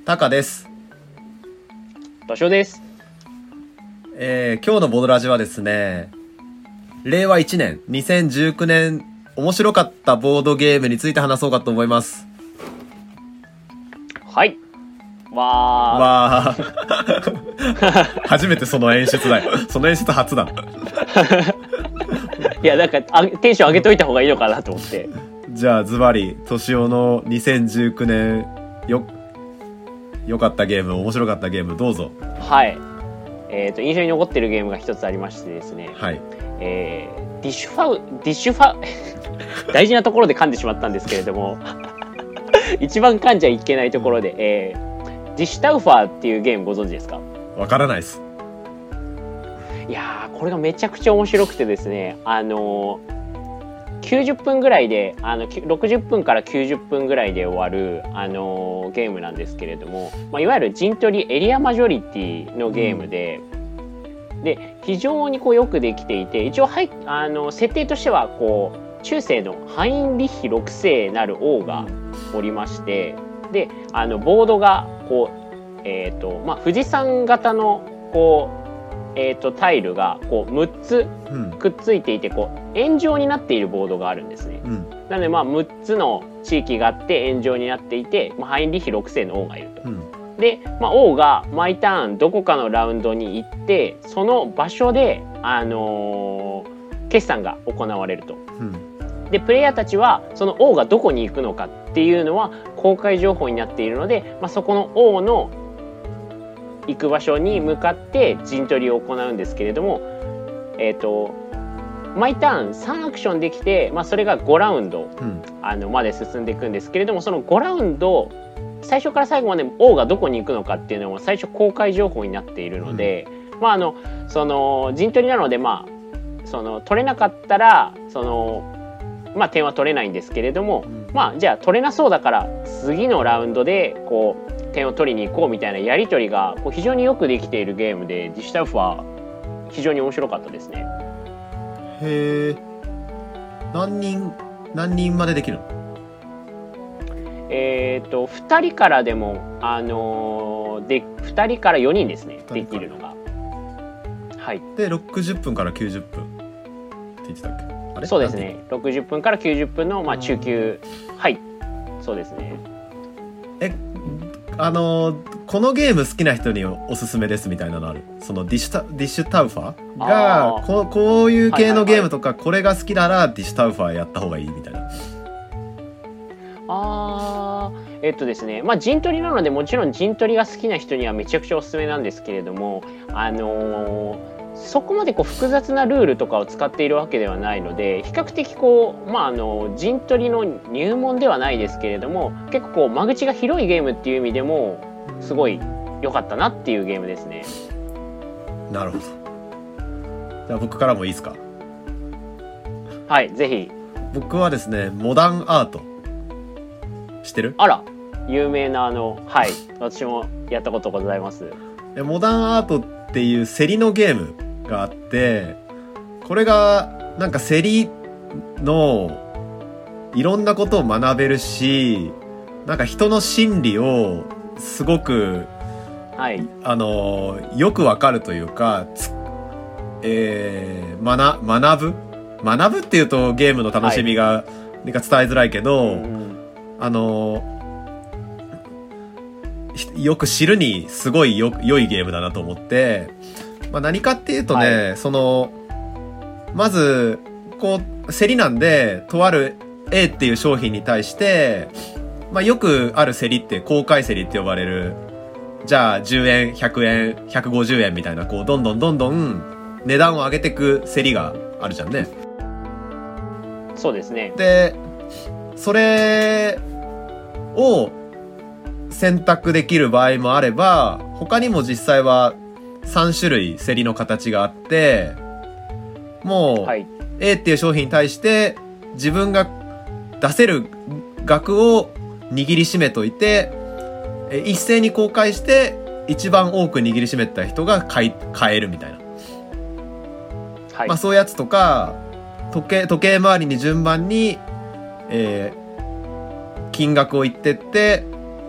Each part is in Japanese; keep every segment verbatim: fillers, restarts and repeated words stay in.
タカです。 場所です。 えー、今日のボドラジはですね、れいわいちねんにせんじゅうきゅうねん面白かったボードゲームについて話そうかと思います。 はい。わー。 わー。初めてその演出だよ。その演出初だ。 いや、なんかあテンション上げといた方がいいのかなと思って。 じゃあズバリ、としおのにせんじゅうきゅうねんよ、良かったゲーム、面白かったゲーム、どうぞ。 はい。えっと、印象に残ってるゲームが一つありましてですね。 はい。 えー、ディッシュファウ、ディッシュファ、大事なところで噛んでしまったんですけれども、一番噛んじゃいけないところで、えー、ディッシュタウファーっていうゲームご存知ですか？ わからないです。 いやー、これがめちゃくちゃ面白くてですね、あのー、きゅうじゅっぷんぐらいで、あのろくじゅっぷんからきゅうじゅっぷんぐらいで終わる、あのー、ゲームなんですけれども、まあ、いわゆる陣取りエリアマジョリティのゲームで、うん、で非常にこうよくできていて、一応はいあの設定としてはこう中世のハインリッヒろくせいなる王がおりまして、であのボードがこう、えーとまあ、富士山型のこうえー、とタイルがこうむっつくっついていて、こう円状になっているボードがあるんですね、うん、なのでまあむっつの地域があって円状になっていて、まあ、ハインリッヒろくせいの王がいると、うん、で、まあ、王が毎ターンどこかのラウンドに行って、その場所で、あのー、決算が行われると、うん、でプレイヤーたちはその王がどこに行くのかっていうのは公開情報になっているので、まあ、そこの王の行く場所に向かって陣取りを行うんですけれども、えーと、毎ターンさんアクションできて、まあ、それがごラウンド、うん、あのまで進んでいくんですけれども、そのごラウンド最初から最後まで王がどこに行くのかっていうのも最初公開情報になっているので、うん、まああのその陣取りなので、まあその取れなかったらそのまあ点は取れないんですけれども、うん、まあじゃあ取れなそうだから次のラウンドでこう点を取りに行こうみたいなやり取りがこう非常によくできているゲームで、ディッシュタウフは非常に面白かったですね。 へえ。何人何人までできるの？ えっとふたりからでも、あのー、でふたりからよにんですね、できるのが。はい。 でろくじゅっぷんからきゅうじゅっぷんって言ってたっけ？あれ？ そうですね。ろくじゅっぷんからきゅうじゅっぷんのまあ中級。はい。そうですね。 え、あのこのゲーム好きな人におすすめですみたいなのある？そのディッシュタ、ディッシュタウファーがこう、こういう系のゲームとか、これが好きならディッシュタウファーやった方がいいみたいな。 あーえっとですね、まあ陣取りなのでもちろん陣取りが好きな人にはめちゃくちゃおすすめなんですけれども、あのーそこまでこう複雑なルールとかを使っているわけではないので、比較的こう、まあ、あの陣取りの入門ではないですけれども、結構こう間口が広いゲームっていう意味でもすごい良かったなっていうゲームですね。 なるほど。じゃあ僕からもいいですか？ はい、ぜひ。 僕はですね、モダンアート知ってる？ あら、有名なあの、はい、私もやったことございます。 モダンアートっていう競りのゲームがあって、これがなんか競りのいろんなことを学べるし、なんか人の心理をすごく、はい、あのよくわかるというか、えー、学学ぶ学ぶっていうとゲームの楽しみが、はい、なんか伝えづらいけど、うん、あのよく知るにすごいよ良いゲームだなと思って、まあ、何かっていうとね、はい、そのまずこう競りなんで、とある A っていう商品に対して、まあ、よくある競りって公開競りって呼ばれる、じゃあじゅうえんひゃくえんひゃくごじゅうえんみたいな、こうどんどんどんどん値段を上げていく競りがあるじゃんね。 そうですね。 でそれを選択できる場合もあれば、他にも実際はさんしゅるい競りの形があって、もう、はい、A っていう商品に対して自分が出せる額を握りしめといて、一斉に公開して一番多く握りしめた人が買い、買えるみたいな、はい、まあそういうやつとか、時計、時計回りに順番に、えー、金額を言ってって、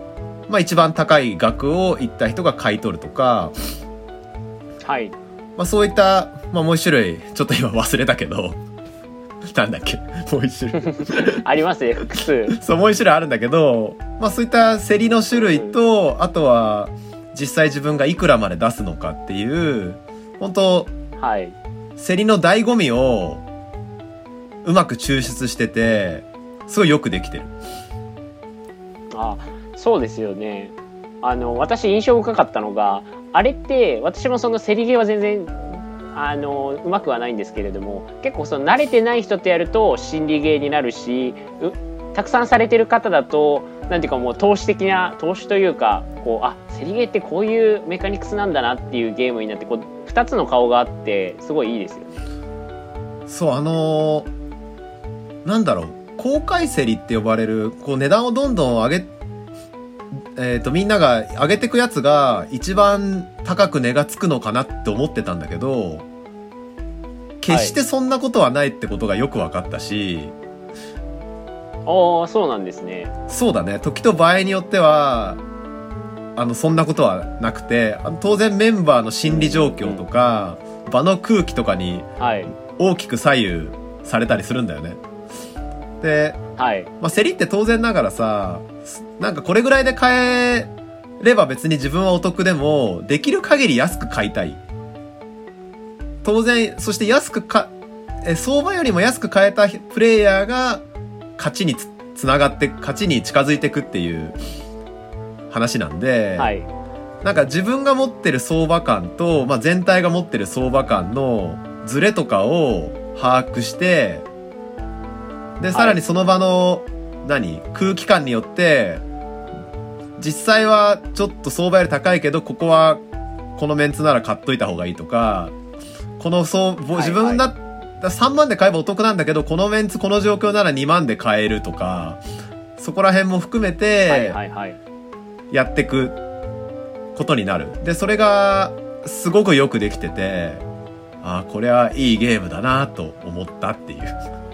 まあ、一番高い額を言った人が買い取るとか、 はい。 まあ、そういった、まあ、もう一種類ちょっと今忘れたけどなんだっけもう一種類ありますね、複数。 そう、もう一種類あるんだけど、まあ、そういった競りの種類と、あとは実際自分がいくらまで出すのかっていう本当、 はい、 競りの醍醐味をうまく抽出してて、すごいよくできてる。 あ、そうですよね。あの私印象深かったのが、あれって私もその競りゲーは全然あのうまくはないんですけれども、結構その慣れてない人とやると心理ゲーになるし、たくさんされてる方だとなんていうかもう投資的な投資というか、こうあ競りゲーってこういうメカニクスなんだなっていうゲームになって、こうふたつの顔があってすごいいいですよね。 そう、あのー、なんだろう、公開競りって呼ばれる、こう値段をどんどん上げえーとみんなが上げてくやつが一番高く値がつくのかなって思ってたんだけど、決してそんなことはないってことがよく分かったし、 はい、ああ、そうなんですね。 そうだね、時と場合によってはあのそんなことはなくて、あの当然メンバーの心理状況とか、うん、場の空気とかに大きく左右されたりするんだよね。で、 はい、 まあ、競りって当然ながらさ、なんかこれぐらいで買えれば別に自分はお得でも、できる限り安く買いたい。当然、そして安くか、え、相場よりも安く買えたプレイヤーが勝ちに つ, つながって、勝ちに近づいていくっていう話なんで、 はい、 なんか自分が持ってる相場感と、まあ、全体が持ってる相場感のズレとかを把握して、で、さらにその場の、何空気感によって実際はちょっと相場より高いけど、ここはこのメンツなら買っといた方がいいとか、このそう自分だったさんまんで買えばお得なんだけど、このメンツこの状況ならにまんで買えるとか、そこら辺も含めてやっていくことになる。でそれがすごくよくできてて、ああこれはいいゲームだなと思ったっていう。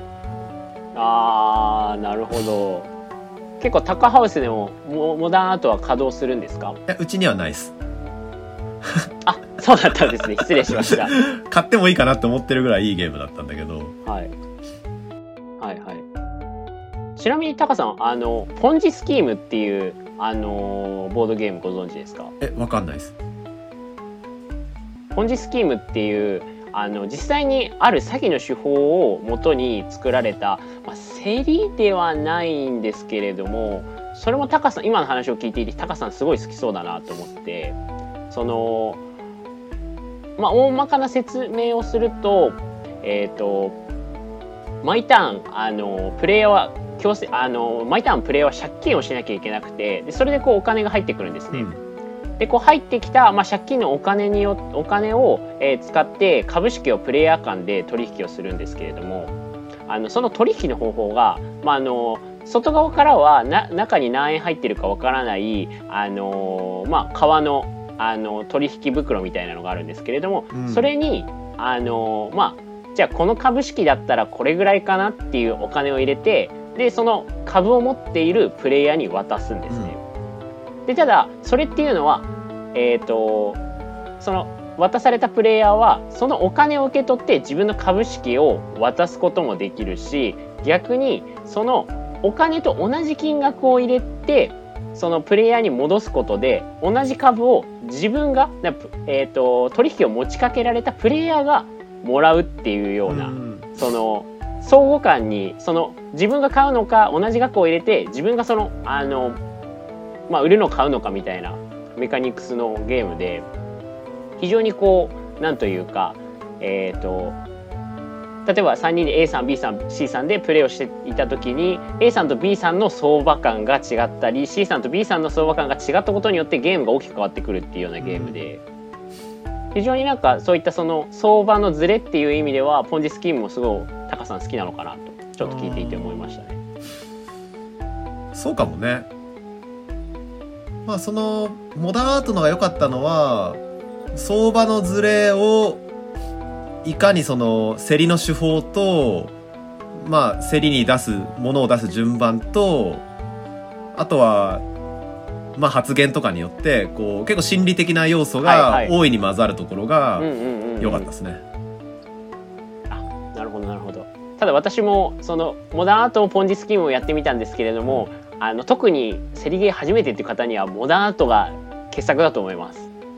あー、なるほど。結構タカハウスでもモモダンアートは稼働するんですか？ いや、うちにはないです。 あ、そうだったんですね。失礼しました。 買ってもいいかなって思ってるぐらいいいゲームだったんだけど。 はい。はいはい。ちなみにタカさん、あのポンジスキームっていうあのボードゲームご存知ですか？ え、わかんないです。 ポンジスキームっていうあの実際にある詐欺の手法を元に作られた、まあ、競りではないんですけれども、それもタカさん、今の話を聞いていてタカさんすごい好きそうだなと思って、そのまあ大まかな説明をすると、えっと毎ターンあのプレイヤーは強制あの毎ターンプレイヤーは借金をしなきゃいけなくて、でそれでこうお金が入ってくるんですね。うん、でこう入ってきた、まあ、借金のお金によお金を、えー、使って株式をプレイヤー間で取引をするんですけれども、あのその取引の方法が、まあ、あの外側からはな中に何円入ってるかわからない、あのまあ、革の、あの取引袋みたいなのがあるんですけれども、うん、それに、あのまあ、じゃあこの株式だったらこれぐらいかなっていうお金を入れて、でその株を持っているプレイヤーに渡すんですね。うん、でただそれっていうのは、えーと、その渡されたプレイヤーはそのお金を受け取って自分の株式を渡すこともできるし、逆にそのお金と同じ金額を入れてそのプレイヤーに戻すことで、同じ株を自分が、えーと、取引を持ちかけられたプレイヤーがもらうっていうような、うん、その相互間にその自分が買うのか同じ額を入れて自分がそのあの、まあ、売るの買うのかみたいなメカニクスのゲームで、非常にこうなんというか、えーと例えばさんにんで A さん B さん C さんでプレーをしていた時に A さんと B さんの相場感が違ったり C さんと B さんの相場感が違ったことによってゲームが大きく変わってくるっていうようなゲームで、非常になんかそういったその相場のズレっていう意味ではポンジスキームもすごいタカさん好きなのかなとちょっと聞いていて思いましたね。 そうかもね。まあそのモダンアートのが良かったのは、相場のズレをいかにその競りの手法と、まあ競りに出すものを出す順番と、あとはまあ、発言とかによってこう結構心理的な要素がはいはい大いに混ざるところがうんうんうんうん良かったですね。 あ、なるほどなるほど。ただ私もそのモダンアートポンジスキームをやってみたんですけれども、あの特にセリゲー初めてっていう方にはモダンアートが傑作だと思います。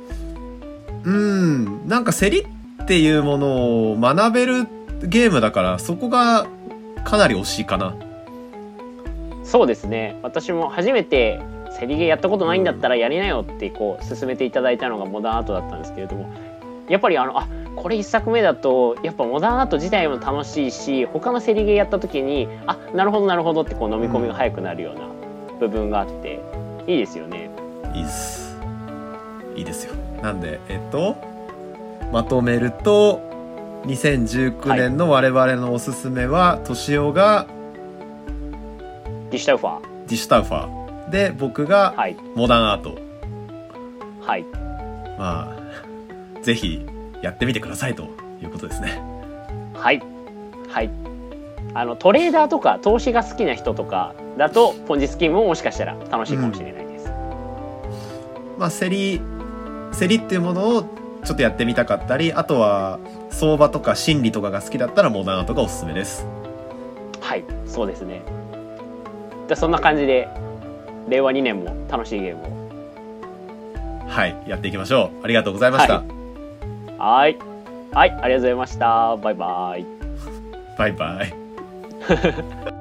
うんなんか競りっていうものを学べるゲームだからそこがかなり惜しいかな。 そうですね、私も初めてセリゲーやったことないんだったらやりなよってこう勧めていただいたのがモダンアートだったんですけれども、やっぱりあのあこれいっさくめだとやっぱモダンアート自体も楽しいし、他のセリゲーやった時にあなるほどなるほどってこう飲み込みが早くなるような部分があっていいですよね。 いいっすいいですよ。なんでえっとまとめるとにせんじゅうきゅうねんの我々のおすすめは、としおがディシュタウファー、 ディシュタウファーで、僕がはいモダンアート。 はいまあぜひやってみてくださいということですね。 はいはいあのトレーダーとか投資が好きな人とかだとポンジスキームももしかしたら楽しいかもしれないです。 まあ競り競りっていうものをちょっとやってみたかったり、あとは相場とか心理とかが好きだったらモダンアートがおすすめです。 はいそうですね。じゃあそんな感じでれいわにねんも楽しいゲームをはいやっていきましょう。ありがとうございました。 はいはいありがとうございました。バイバイバイバイ